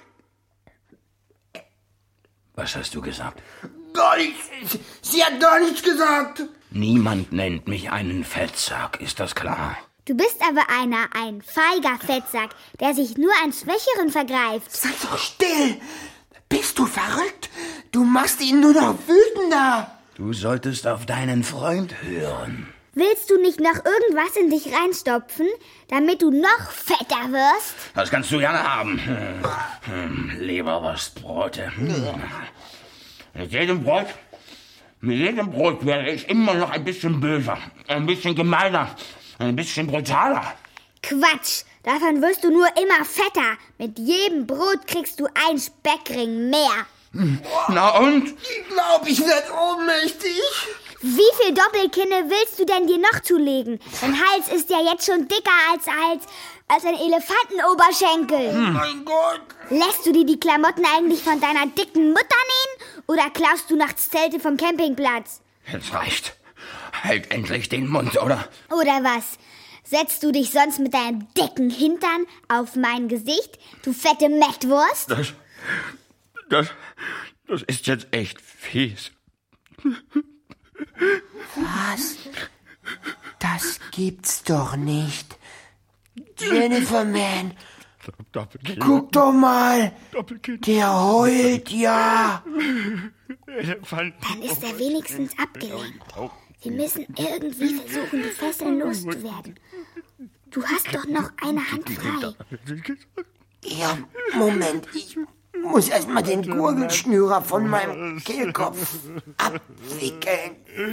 Was hast du gesagt? Gar nichts. Sie hat gar nichts gesagt. Niemand nennt mich einen Fettsack, ist das klar? Du bist aber ein feiger Fettsack, der sich nur an Schwächeren vergreift. Sei doch still. Bist du verrückt? Du machst ihn nur noch wütender. Du solltest auf deinen Freund hören. Willst du nicht noch irgendwas in dich reinstopfen, damit du noch fetter wirst? Das kannst du gerne haben. Leberwurstbrote. Mit jedem Brot werde ich immer noch ein bisschen böser, ein bisschen gemeiner, ein bisschen brutaler. Quatsch, Davon wirst du nur immer fetter. Mit jedem Brot kriegst du ein Speckring mehr. Na und? Ich glaube, ich werde ohnmächtig. Wie viel Doppelkinne willst du denn dir noch zulegen? Dein Hals ist ja jetzt schon dicker als ein Elefantenoberschenkel. Mein Gott. Lässt du dir die Klamotten eigentlich von deiner dicken Mutter nähen? Oder klaust du nachts Zelte vom Campingplatz? Jetzt reicht. Halt endlich den Mund, oder? Oder was? Setzt du dich sonst mit deinem dicken Hintern auf mein Gesicht, du fette Mettwurst? Das ist jetzt echt fies. Was? Das gibt's doch nicht. Jennifer Man, guck doch mal. Der heult ja. Dann ist er wenigstens abgelenkt. Wir müssen irgendwie versuchen, die Fesseln loszuwerden. Du hast doch noch eine Hand frei. Ja, Moment, ich muss erst mal den Gurgelschnürer von meinem Kehlkopf abwickeln.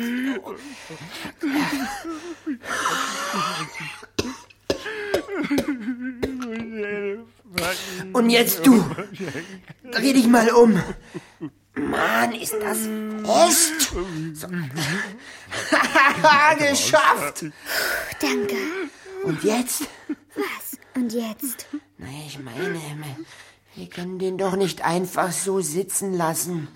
Und jetzt du. Dreh dich mal um. Mann, ist das fest. So. Geschafft. Danke. Und jetzt? Was? Und jetzt? Na, ich meine, wir können den doch nicht einfach so sitzen lassen.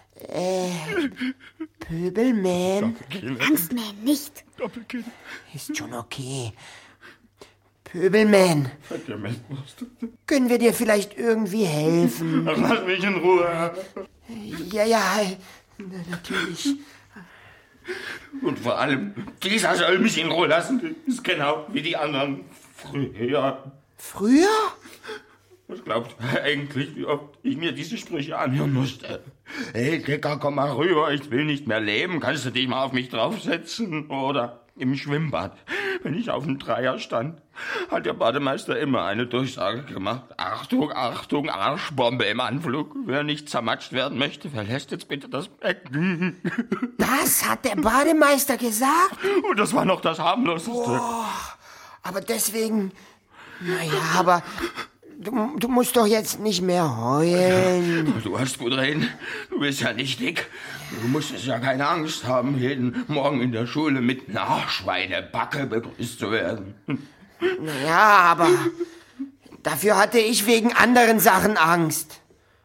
Pöbelman? Angstman, nicht. Ist schon okay. Pöbelman, können wir dir vielleicht irgendwie helfen? Lass mich in Ruhe. Ja, natürlich. Und vor allem, dieser soll mich in Ruhe lassen. Ist genau wie die anderen früher. Früher? Was glaubt ihr eigentlich, wie oft ich mir diese Sprüche anhören musste? Hey, Dicker, komm mal rüber, ich will nicht mehr leben. Kannst du dich mal auf mich draufsetzen? Oder im Schwimmbad, wenn ich auf dem Dreier stand, hat der Bademeister immer eine Durchsage gemacht. Achtung, Achtung, Arschbombe im Anflug. Wer nicht zermatscht werden möchte, verlässt jetzt bitte das Becken. Das hat der Bademeister gesagt? Und das war noch das harmloseste. Boah, aber deswegen... Naja, aber... Du musst doch jetzt nicht mehr heulen. Du hast gut reden. Du bist ja nicht dick. Du musstest ja keine Angst haben, jeden Morgen in der Schule mit einer Schweinebacke begrüßt zu werden. Naja, aber dafür hatte ich wegen anderen Sachen Angst.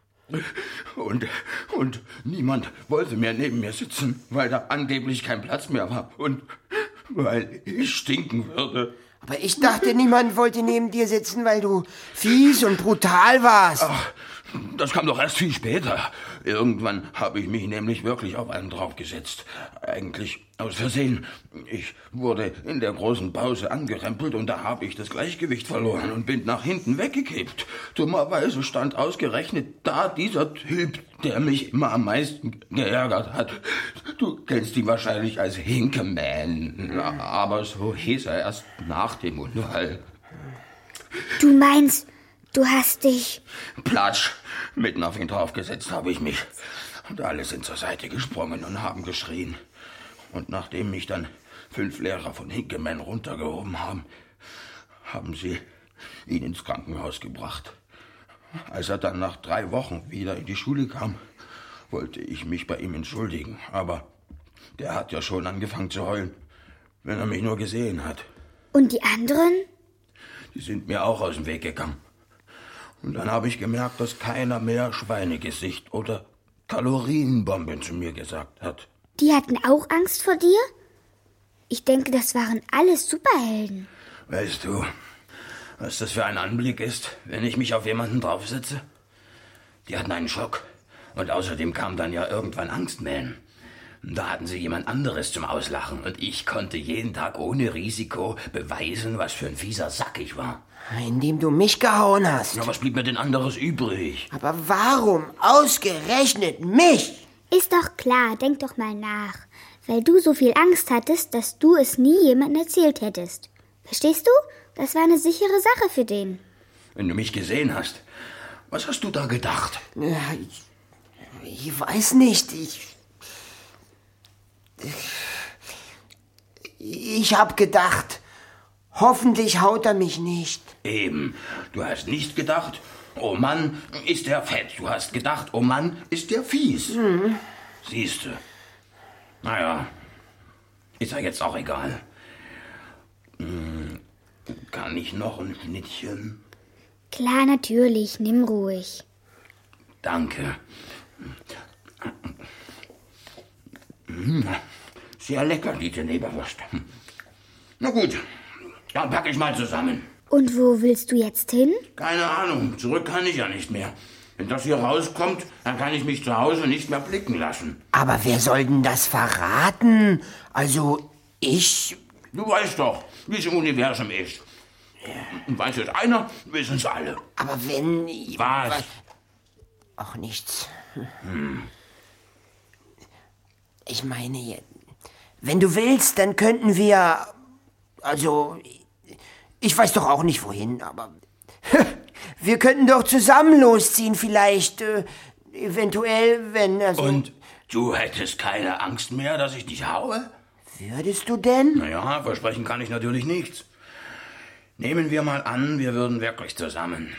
Und niemand wollte mehr neben mir sitzen, weil da angeblich kein Platz mehr war. Und weil ich stinken würde. Aber ich dachte, niemand wollte neben dir sitzen, weil du fies und brutal warst. Ach, das kam doch erst viel später. Irgendwann habe ich mich nämlich wirklich auf einen draufgesetzt. Eigentlich aus Versehen. Ich wurde in der großen Pause angerempelt und da habe ich das Gleichgewicht verloren und bin nach hinten weggekippt. Dummerweise stand ausgerechnet da dieser Typ, der mich immer am meisten geärgert hat. Du kennst ihn wahrscheinlich als Hinkeman, aber so hieß er erst nach dem Unfall. Du meinst, du hast dich... Platsch, mitten auf ihn draufgesetzt habe ich mich. Und alle sind zur Seite gesprungen und haben geschrien. Und nachdem mich dann 5 Lehrer von Hinkeman runtergehoben haben, haben sie ihn ins Krankenhaus gebracht. Als er dann nach 3 Wochen wieder in die Schule kam, wollte ich mich bei ihm entschuldigen. Aber der hat ja schon angefangen zu heulen, wenn er mich nur gesehen hat. Und die anderen? Die sind mir auch aus dem Weg gegangen. Und dann habe ich gemerkt, dass keiner mehr Schweinegesicht oder Kalorienbomben zu mir gesagt hat. Die hatten auch Angst vor dir? Ich denke, das waren alles Superhelden. Weißt du, was das für ein Anblick ist, wenn ich mich auf jemanden draufsetze? Die hatten einen Schock. Und außerdem kam dann ja irgendwann Angstman. Da hatten sie jemand anderes zum Auslachen. Und ich konnte jeden Tag ohne Risiko beweisen, was für ein fieser Sack ich war. Indem du mich gehauen hast. Ja, was blieb mir denn anderes übrig? Aber warum ausgerechnet mich? Ist doch klar, denk doch mal nach. Weil du so viel Angst hattest, dass du es nie jemandem erzählt hättest. Verstehst du? Das war eine sichere Sache für den. Wenn du mich gesehen hast, was hast du da gedacht? Ja, ich weiß nicht. Ich hab gedacht, Hoffentlich haut er mich nicht. Eben. Du hast nicht gedacht, oh Mann, ist der fett. Du hast gedacht, oh Mann, ist der fies. Siehste. Naja, ist ja jetzt auch egal. Kann ich noch ein Schnittchen? Klar, natürlich. Nimm ruhig. Danke. Sehr lecker, die Leberwurst. Na gut, dann packe ich mal zusammen. Und wo willst du jetzt hin? Keine Ahnung, zurück kann ich ja nicht mehr. Wenn das hier rauskommt, dann kann ich mich zu Hause nicht mehr blicken lassen. Aber wer soll denn das verraten? Also, ich... Du weißt doch, wie es im Universum ist. Und weiß es einer, wissen es alle. Aber wenn... Was? Ach, nichts. Ich meine, wenn du willst, dann könnten wir... Also, ich weiß doch auch nicht wohin, aber... Wir könnten doch zusammen losziehen, vielleicht, eventuell, wenn... Also, und du hättest keine Angst mehr, dass ich dich haue? Würdest du denn? Naja, versprechen kann ich natürlich nichts. Nehmen wir mal an, wir würden wirklich zusammen.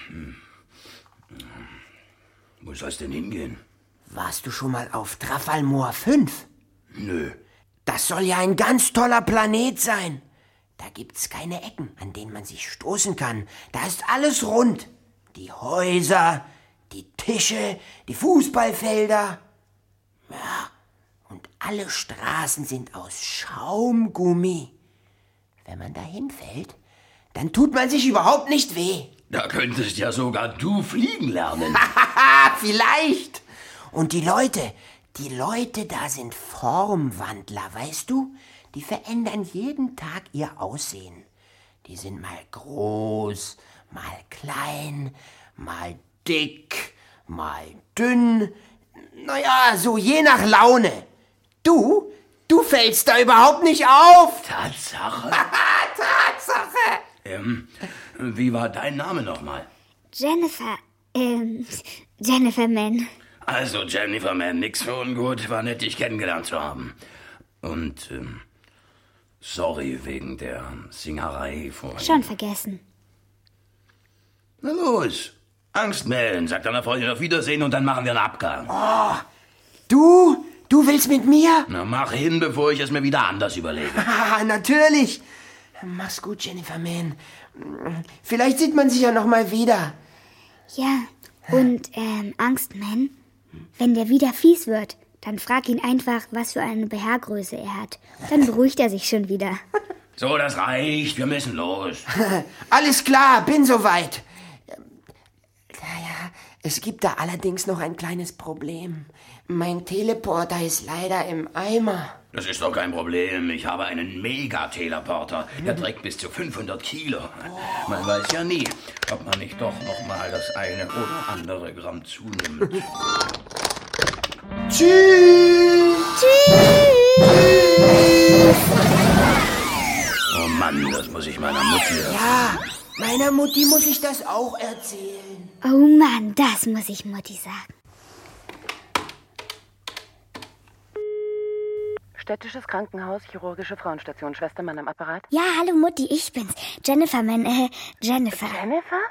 Wo soll's denn hingehen? Warst du schon mal auf Trafalgar 5? Nö. Das soll ja ein ganz toller Planet sein. Da gibt's keine Ecken, an denen man sich stoßen kann. Da ist alles rund. Die Häuser, die Tische, die Fußballfelder. Ja, und alle Straßen sind aus Schaumgummi. Wenn man da hinfällt, dann tut man sich überhaupt nicht weh. Da könntest ja sogar du fliegen lernen. Vielleicht. Und die Leute da sind Formwandler, weißt du? Die verändern jeden Tag ihr Aussehen. Die sind mal groß, mal klein, mal dick, mal dünn. Naja, so je nach Laune. Du fällst da überhaupt nicht auf. Tatsache? Tatsache. Wie war dein Name nochmal? Jennifer Mann. Also, Jennifer Mann, nix für ungut. War nett, dich kennengelernt zu haben. Und, sorry wegen der Singerei vorhin. Schon vergessen. Na los, Angst melden, sag deiner Freundin auf Wiedersehen und dann machen wir einen Abgang. Oh, du willst mit mir? Na, mach hin, bevor ich es mir wieder anders überlege. Natürlich. Mach's gut, Jennifer Mann. Vielleicht sieht man sich ja noch mal wieder. Ja, und, Angstman, wenn der wieder fies wird, dann frag ihn einfach, was für eine BH-Größe er hat. Dann beruhigt er sich schon wieder. So, das reicht. Wir müssen los. Alles klar, bin soweit. Naja, es gibt da allerdings noch ein kleines Problem. Mein Teleporter ist leider im Eimer. Das ist doch kein Problem. Ich habe einen Mega-Teleporter. Der trägt bis zu 500 Kilo. Man weiß ja nie, ob man nicht doch noch mal das eine oder andere Gramm zunimmt. Tschüss! Oh Mann, das muss ich meiner Mutti erzählen. Ja, meiner Mutti muss ich das auch erzählen. Oh Mann, das muss ich Mutti sagen. Städtisches Krankenhaus, chirurgische Frauenstation, Schwestermann am Apparat. Ja, hallo Mutti, ich bin's. Jennifer Mann, Jennifer. Jennifer?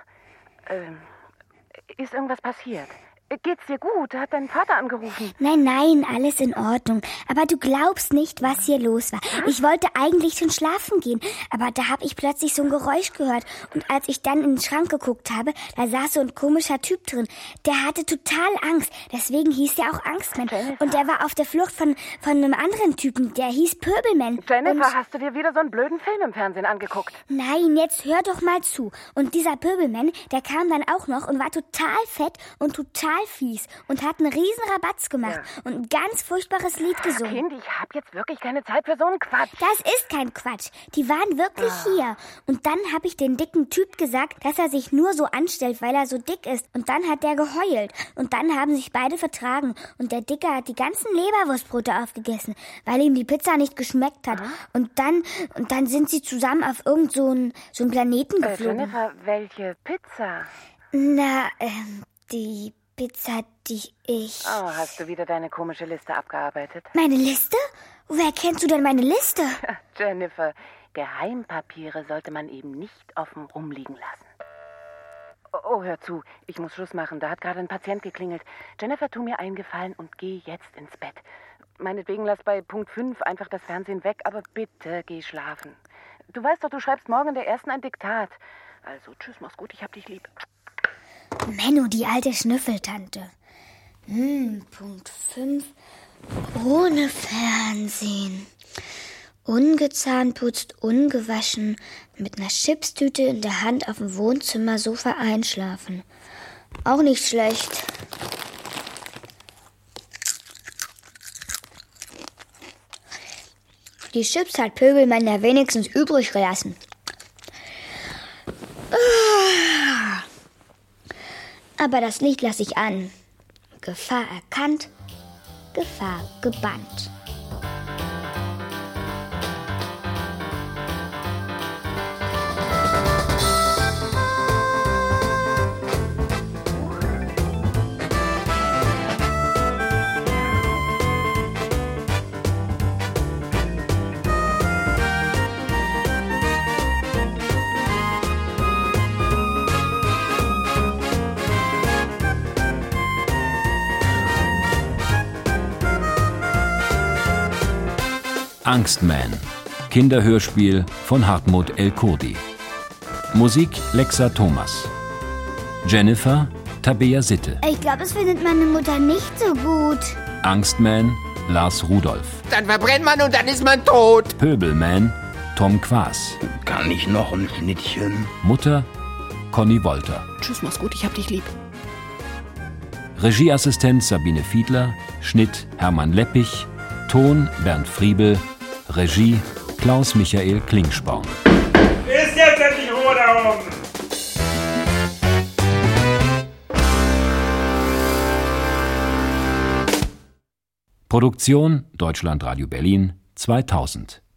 Ist irgendwas passiert? Geht's dir gut? Hat dein Vater angerufen? Nein, alles in Ordnung. Aber du glaubst nicht, was hier los war. Ich wollte eigentlich schon schlafen gehen, aber da habe ich plötzlich so ein Geräusch gehört. Und als ich dann in den Schrank geguckt habe, da saß so ein komischer Typ drin. Der hatte total Angst. Deswegen hieß der auch Angstman. Und der war auf der Flucht von einem anderen Typen. Der hieß Pöbelman. Jennifer, hast du dir wieder so einen blöden Film im Fernsehen angeguckt? Nein, jetzt hör doch mal zu. Und dieser Pöbelman, der kam dann auch noch und war total fett und total fies und hat einen riesen Rabatz gemacht und ein ganz furchtbares Lied gesungen. Kind, ich hab jetzt wirklich keine Zeit für so einen Quatsch. Das ist kein Quatsch. Die waren wirklich hier. Und dann habe ich den dicken Typ gesagt, dass er sich nur so anstellt, weil er so dick ist. Und dann hat der geheult. Und dann haben sich beide vertragen. Und der Dicke hat die ganzen Leberwurstbrote aufgegessen, weil ihm die Pizza nicht geschmeckt hat. Und dann sind sie zusammen auf irgend so einen Planeten geflogen. Jennifer, welche Pizza? Na, die Pizza, die ich... Oh, hast du wieder deine komische Liste abgearbeitet? Meine Liste? Woher kennst du denn meine Liste? Jennifer, Geheimpapiere sollte man eben nicht offen rumliegen lassen. Oh, hör zu, ich muss Schluss machen. Da hat gerade ein Patient geklingelt. Jennifer, tu mir einen Gefallen und geh jetzt ins Bett. Meinetwegen lass bei Punkt 5 einfach das Fernsehen weg, aber bitte geh schlafen. Du weißt doch, du schreibst morgen in der ersten ein Diktat. Also, tschüss, mach's gut, ich hab dich lieb. Menno, die alte Schnüffeltante. Punkt 5. Ohne Fernsehen. Ungezahnputzt, ungewaschen, mit einer Chipstüte in der Hand auf dem Wohnzimmersofa einschlafen. Auch nicht schlecht. Die Chips hat Pöbelmann ja wenigstens übrig gelassen. Aber das Licht lasse ich an. Gefahr erkannt, Gefahr gebannt. Angstman, Kinderhörspiel von Hartmut El-Kurdi. Musik Lexa Thomas. Jennifer Tabea Sitte. Ich glaube, es findet meine Mutter nicht so gut. Angstman Lars Rudolph. Dann verbrennt man und dann ist man tot. Pöbelman Tom Quaas. Kann ich noch ein Schnittchen? Mutter Conny Wolter. Tschüss, mach's gut, ich hab dich lieb. Regieassistent Sabine Fiedler. Schnitt Hermann Leppich. Ton Bernd Friebel. Regie Klaus-Michael Klingsporn. Ist jetzt endlich Ruhe da oben! Produktion Deutschlandradio Berlin 2000.